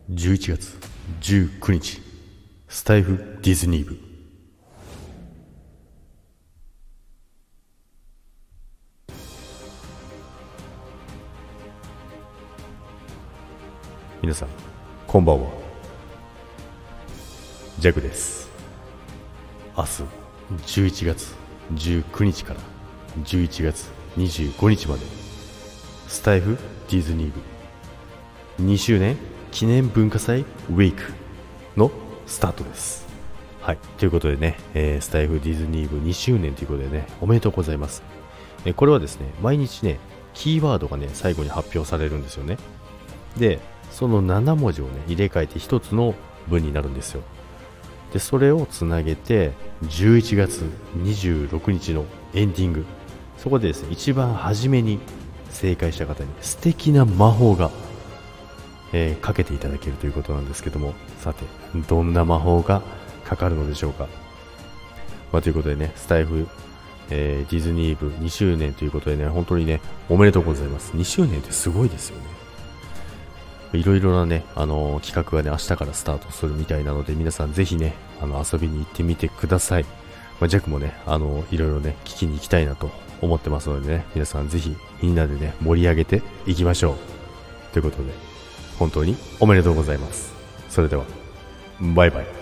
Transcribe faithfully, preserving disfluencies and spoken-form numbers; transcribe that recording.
じゅういちがつじゅうくにち、スタイフディズニー部。皆さんこんばんは、ジャクです。明日じゅういちがつじゅうくにちからじゅういちがつにじゅうごにちまで、スタイフディズニー部にしゅうねん記念文化祭ウィークのスタートです。はい、ということでね、えー、スタイフディズニー部にしゅうねんということでね、おめでとうございます。えー、これはですね、毎日ね、キーワードがね、最後に発表されるんですよね。で、そのななもじをね、入れ替えてひとつの文になるんですよ。で、それをつなげて、じゅういちがつにじゅうろくにちのエンディング、そこでですね、一番初めに正解した方に素敵な魔法がえー、かけていただけるということなんですけども、さてどんな魔法がかかるのでしょうか。まあ、ということでね、スタイフ、えー、ディズニー部にしゅうねんということでね、本当にね、おめでとうございます。にしゅうねんってすごいですよね。いろいろなね、あのー、企画がね、明日からスタートするみたいなので、皆さんぜひね、あの遊びに行ってみてください。まあ、ジャックもね、あのー、いろいろね、聞きに行きたいなと思ってますのでね、皆さんぜひみんなでね、盛り上げていきましょうということで、本当におめでとうございます。それではバイバイ。